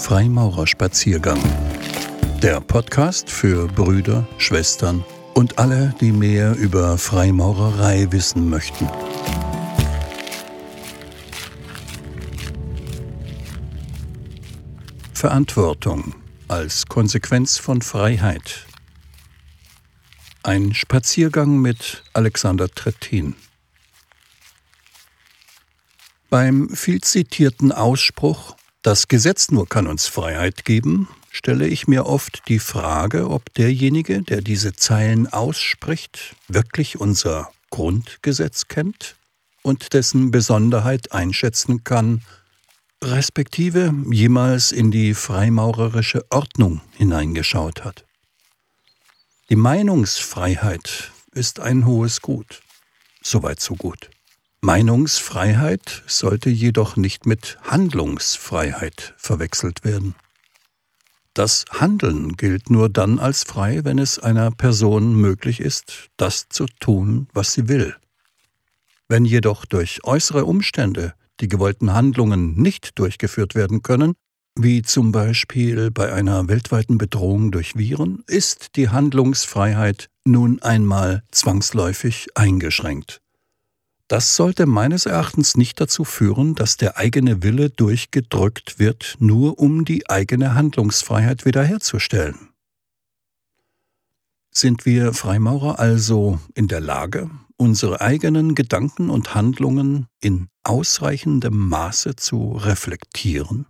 Freimaurerspaziergang. Der Podcast für Brüder, Schwestern und alle, die mehr über Freimaurerei wissen möchten. Verantwortung als Konsequenz von Freiheit. Ein Spaziergang mit Alexander Trettin. Beim viel zitierten Ausspruch, das Gesetz nur kann uns Freiheit geben, stelle ich mir oft die Frage, ob derjenige, der diese Zeilen ausspricht, wirklich unser Grundgesetz kennt und dessen Besonderheit einschätzen kann, respektive jemals in die freimaurerische Ordnung hineingeschaut hat. Die Meinungsfreiheit ist ein hohes Gut. Soweit so gut. Meinungsfreiheit sollte jedoch nicht mit Handlungsfreiheit verwechselt werden. Das Handeln gilt nur dann als frei, wenn es einer Person möglich ist, das zu tun, was sie will. Wenn jedoch durch äußere Umstände die gewollten Handlungen nicht durchgeführt werden können, wie zum Beispiel bei einer weltweiten Bedrohung durch Viren, ist die Handlungsfreiheit nun einmal zwangsläufig eingeschränkt. Das sollte meines Erachtens nicht dazu führen, dass der eigene Wille durchgedrückt wird, nur um die eigene Handlungsfreiheit wiederherzustellen. Sind wir Freimaurer also in der Lage, unsere eigenen Gedanken und Handlungen in ausreichendem Maße zu reflektieren?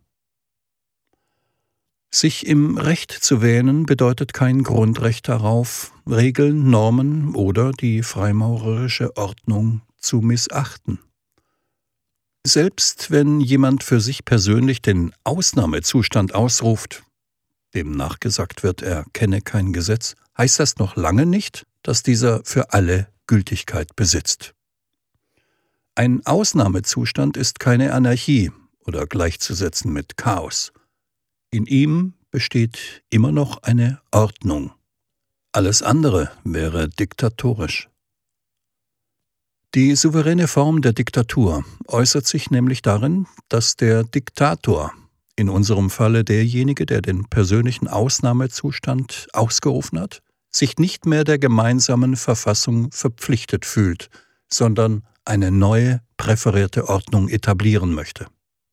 Sich im Recht zu wähnen bedeutet kein Grundrecht darauf, Regeln, Normen oder die freimaurerische Ordnung zu missachten. Selbst wenn jemand für sich persönlich den Ausnahmezustand ausruft, dem nachgesagt wird, er kenne kein Gesetz, heißt das noch lange nicht, dass dieser für alle Gültigkeit besitzt. Ein Ausnahmezustand ist keine Anarchie oder gleichzusetzen mit Chaos. In ihm besteht immer noch eine Ordnung. Alles andere wäre diktatorisch. Die souveräne Form der Diktatur äußert sich nämlich darin, dass der Diktator, in unserem Falle derjenige, der den persönlichen Ausnahmezustand ausgerufen hat, sich nicht mehr der gemeinsamen Verfassung verpflichtet fühlt, sondern eine neue, präferierte Ordnung etablieren möchte.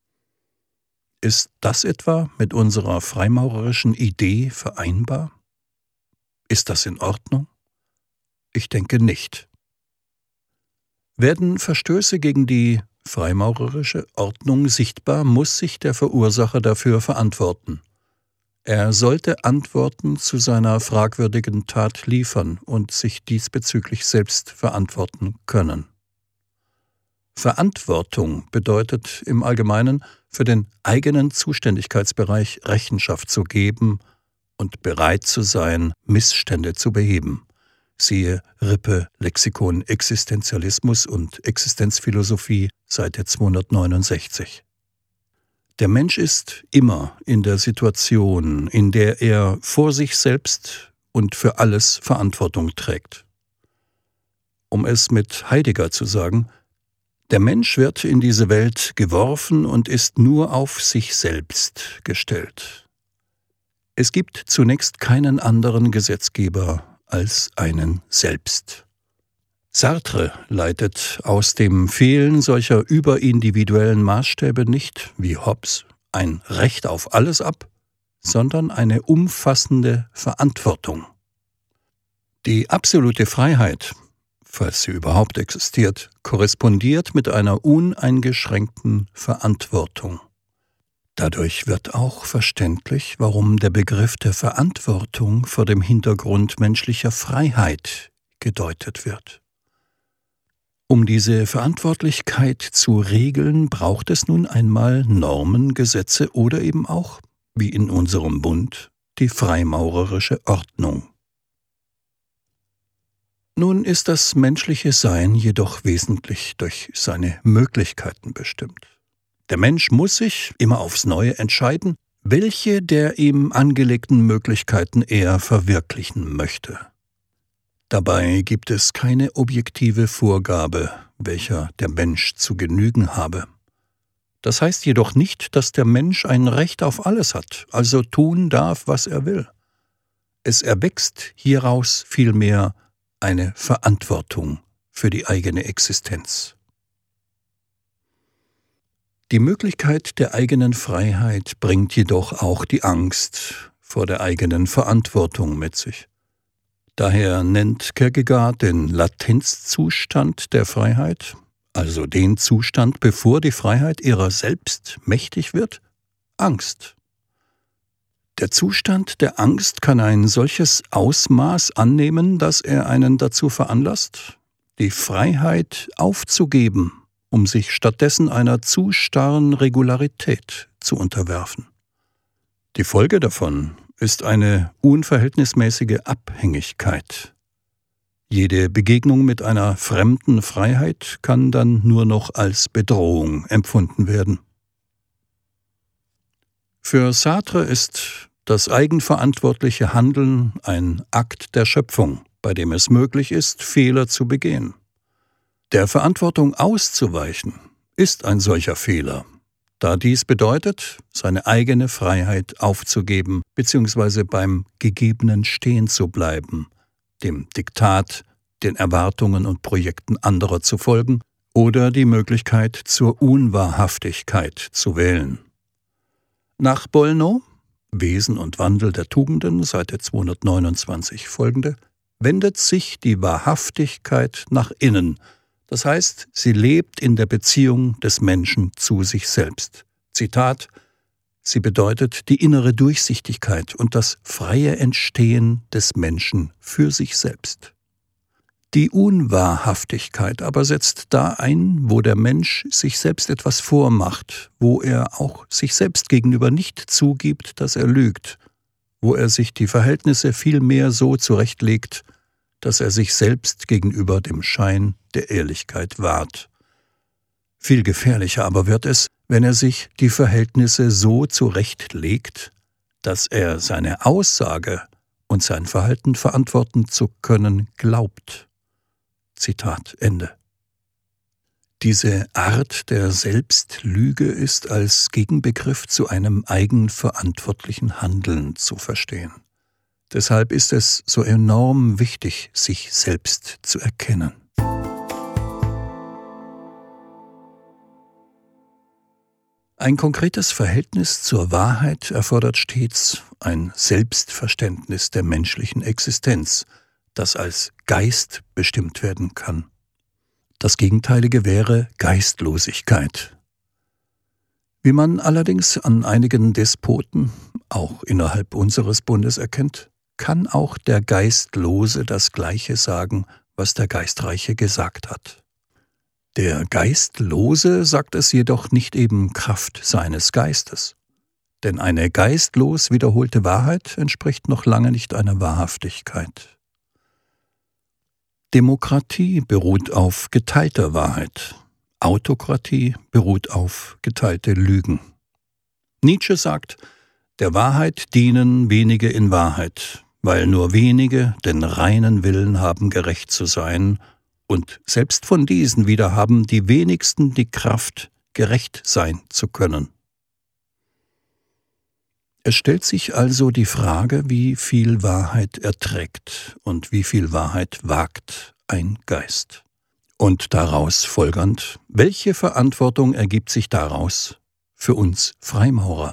Ist das etwa mit unserer freimaurerischen Idee vereinbar? Ist das in Ordnung? Ich denke nicht. Werden Verstöße gegen die freimaurerische Ordnung sichtbar, muss sich der Verursacher dafür verantworten. Er sollte Antworten zu seiner fragwürdigen Tat liefern und sich diesbezüglich selbst verantworten können. Verantwortung bedeutet im Allgemeinen, für den eigenen Zuständigkeitsbereich Rechenschaft zu geben und bereit zu sein, Missstände zu beheben. Siehe Rippe, Lexikon Existenzialismus und Existenzphilosophie, Seite 269. Der Mensch ist immer in der Situation, in der er vor sich selbst und für alles Verantwortung trägt. Um es mit Heidegger zu sagen, der Mensch wird in diese Welt geworfen und ist nur auf sich selbst gestellt. Es gibt zunächst keinen anderen Gesetzgeber als einen selbst. Sartre leitet aus dem Fehlen solcher überindividuellen Maßstäbe nicht, wie Hobbes, ein Recht auf alles ab, sondern eine umfassende Verantwortung. Die absolute Freiheit, falls sie überhaupt existiert, korrespondiert mit einer uneingeschränkten Verantwortung. Dadurch wird auch verständlich, warum der Begriff der Verantwortung vor dem Hintergrund menschlicher Freiheit gedeutet wird. Um diese Verantwortlichkeit zu regeln, braucht es nun einmal Normen, Gesetze oder eben auch, wie in unserem Bund, die freimaurerische Ordnung. Nun ist das menschliche Sein jedoch wesentlich durch seine Möglichkeiten bestimmt. Der Mensch muss sich immer aufs Neue entscheiden, welche der ihm angelegten Möglichkeiten er verwirklichen möchte. Dabei gibt es keine objektive Vorgabe, welcher der Mensch zu genügen habe. Das heißt jedoch nicht, dass der Mensch ein Recht auf alles hat, also tun darf, was er will. Es erwächst hieraus vielmehr eine Verantwortung für die eigene Existenz. Die Möglichkeit der eigenen Freiheit bringt jedoch auch die Angst vor der eigenen Verantwortung mit sich. Daher nennt Kierkegaard den Latenzzustand der Freiheit, also den Zustand, bevor die Freiheit ihrer selbst mächtig wird, Angst. Der Zustand der Angst kann ein solches Ausmaß annehmen, dass er einen dazu veranlasst, die Freiheit aufzugeben, um sich stattdessen einer zu starren Regularität zu unterwerfen. Die Folge davon ist eine unverhältnismäßige Abhängigkeit. Jede Begegnung mit einer fremden Freiheit kann dann nur noch als Bedrohung empfunden werden. Für Sartre ist das eigenverantwortliche Handeln ein Akt der Schöpfung, bei dem es möglich ist, Fehler zu begehen. Der Verantwortung auszuweichen ist ein solcher Fehler, da dies bedeutet, seine eigene Freiheit aufzugeben bzw. beim Gegebenen stehen zu bleiben, dem Diktat, den Erwartungen und Projekten anderer zu folgen oder die Möglichkeit zur Unwahrhaftigkeit zu wählen. Nach Bollnow, Wesen und Wandel der Tugenden, Seite 229 folgende, wendet sich die Wahrhaftigkeit nach innen. Das heißt, sie lebt in der Beziehung des Menschen zu sich selbst. Zitat: Sie bedeutet die innere Durchsichtigkeit und das freie Entstehen des Menschen für sich selbst. Die Unwahrhaftigkeit aber setzt da ein, wo der Mensch sich selbst etwas vormacht, wo er auch sich selbst gegenüber nicht zugibt, dass er lügt, wo er sich die Verhältnisse vielmehr so zurechtlegt, dass er sich selbst gegenüber dem Schein der Ehrlichkeit wahrt. Viel gefährlicher aber wird es, wenn er sich die Verhältnisse so zurechtlegt, dass er seine Aussage und sein Verhalten verantworten zu können glaubt. Zitat Ende. Diese Art der Selbstlüge ist als Gegenbegriff zu einem eigenverantwortlichen Handeln zu verstehen. Deshalb ist es so enorm wichtig, sich selbst zu erkennen. Ein konkretes Verhältnis zur Wahrheit erfordert stets ein Selbstverständnis der menschlichen Existenz, das als Geist bestimmt werden kann. Das Gegenteilige wäre Geistlosigkeit. Wie man allerdings an einigen Despoten, auch innerhalb unseres Bundes, erkennt, kann auch der Geistlose das Gleiche sagen, was der Geistreiche gesagt hat. Der Geistlose sagt es jedoch nicht eben Kraft seines Geistes. Denn eine geistlos wiederholte Wahrheit entspricht noch lange nicht einer Wahrhaftigkeit. Demokratie beruht auf geteilter Wahrheit. Autokratie beruht auf geteilte Lügen. Nietzsche sagt, der Wahrheit dienen wenige in Wahrheit, weil nur wenige den reinen Willen haben, gerecht zu sein, und selbst von diesen wieder haben die wenigsten die Kraft, gerecht sein zu können. Es stellt sich also die Frage, wie viel Wahrheit erträgt und wie viel Wahrheit wagt ein Geist. Und daraus folgernd, welche Verantwortung ergibt sich daraus für uns Freimaurer?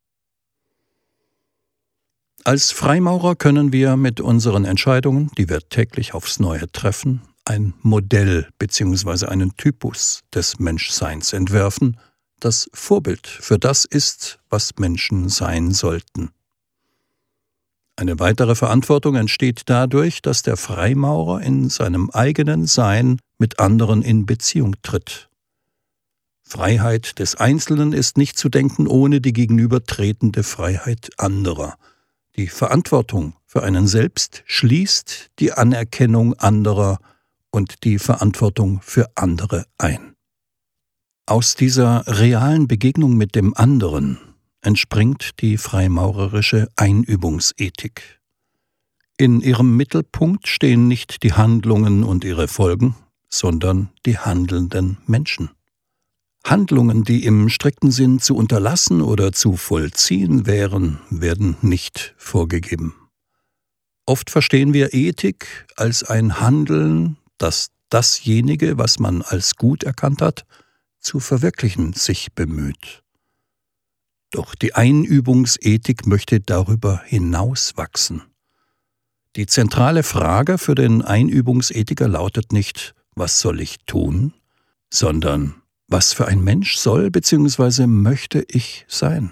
Als Freimaurer können wir mit unseren Entscheidungen, die wir täglich aufs Neue treffen, ein Modell bzw. einen Typus des Menschseins entwerfen, das Vorbild für das ist, was Menschen sein sollten. Eine weitere Verantwortung entsteht dadurch, dass der Freimaurer in seinem eigenen Sein mit anderen in Beziehung tritt. Freiheit des Einzelnen ist nicht zu denken ohne die gegenübertretende Freiheit anderer. Die Verantwortung für einen selbst schließt die Anerkennung anderer und die Verantwortung für andere ein. Aus dieser realen Begegnung mit dem anderen entspringt die freimaurerische Einübungsethik. In ihrem Mittelpunkt stehen nicht die Handlungen und ihre Folgen, sondern die handelnden Menschen. Handlungen, die im strikten Sinn zu unterlassen oder zu vollziehen wären, werden nicht vorgegeben. Oft verstehen wir Ethik als ein Handeln, das dasjenige, was man als gut erkannt hat, zu verwirklichen sich bemüht. Doch die Einübungsethik möchte darüber hinauswachsen. Die zentrale Frage für den Einübungsethiker lautet nicht, was soll ich tun, sondern was für ein Mensch soll bzw. möchte ich sein?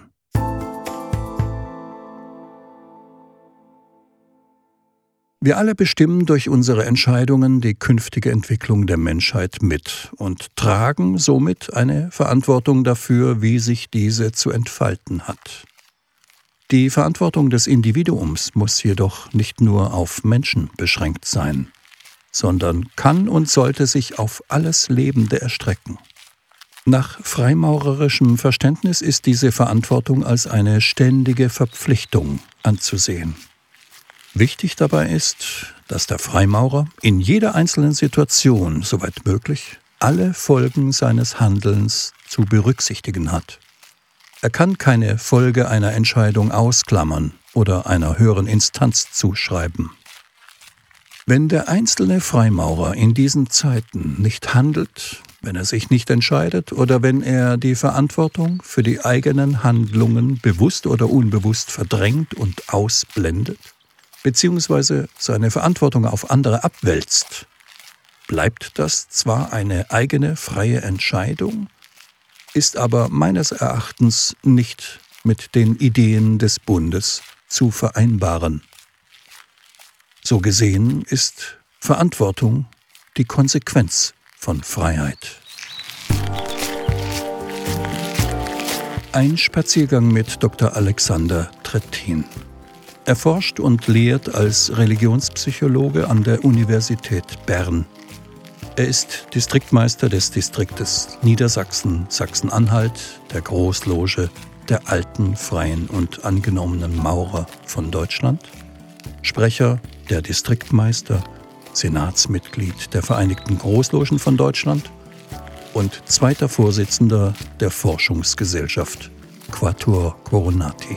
Wir alle bestimmen durch unsere Entscheidungen die künftige Entwicklung der Menschheit mit und tragen somit eine Verantwortung dafür, wie sich diese zu entfalten hat. Die Verantwortung des Individuums muss jedoch nicht nur auf Menschen beschränkt sein, sondern kann und sollte sich auf alles Lebende erstrecken. Nach freimaurerischem Verständnis ist diese Verantwortung als eine ständige Verpflichtung anzusehen. Wichtig dabei ist, dass der Freimaurer in jeder einzelnen Situation, soweit möglich, alle Folgen seines Handelns zu berücksichtigen hat. Er kann keine Folge einer Entscheidung ausklammern oder einer höheren Instanz zuschreiben. Wenn der einzelne Freimaurer in diesen Zeiten nicht handelt, wenn er sich nicht entscheidet oder wenn er die Verantwortung für die eigenen Handlungen bewusst oder unbewusst verdrängt und ausblendet, beziehungsweise seine Verantwortung auf andere abwälzt, bleibt das zwar eine eigene freie Entscheidung, ist aber meines Erachtens nicht mit den Ideen des Bundes zu vereinbaren. So gesehen ist Verantwortung die Konsequenz von Freiheit. Ein Spaziergang mit Dr. Alexander Trettin. Er forscht und lehrt als Religionspsychologe an der Universität Bern. Er ist Distriktmeister des Distriktes Niedersachsen, Sachsen-Anhalt, der Großloge der alten, freien und angenommenen Maurer von Deutschland, Sprecher der Distriktmeister, Senatsmitglied der Vereinigten Großlogen von Deutschland und zweiter Vorsitzender der Forschungsgesellschaft Quatuor Coronati.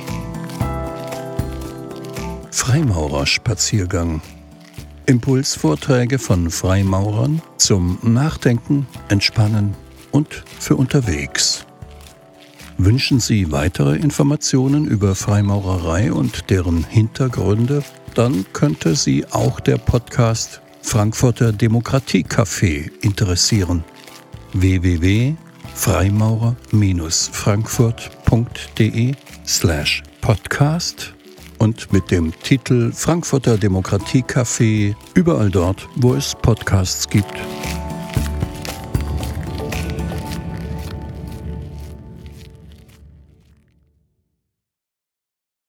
Freimaurerspaziergang. Impulsvorträge von Freimaurern zum Nachdenken, Entspannen und für unterwegs. Wünschen Sie weitere Informationen über Freimaurerei und deren Hintergründe? Dann könnte Sie auch der Podcast Frankfurter Demokratiecafé interessieren. www.freimaurer-frankfurt.de/podcast und mit dem Titel Frankfurter Demokratiecafé überall dort, wo es Podcasts gibt.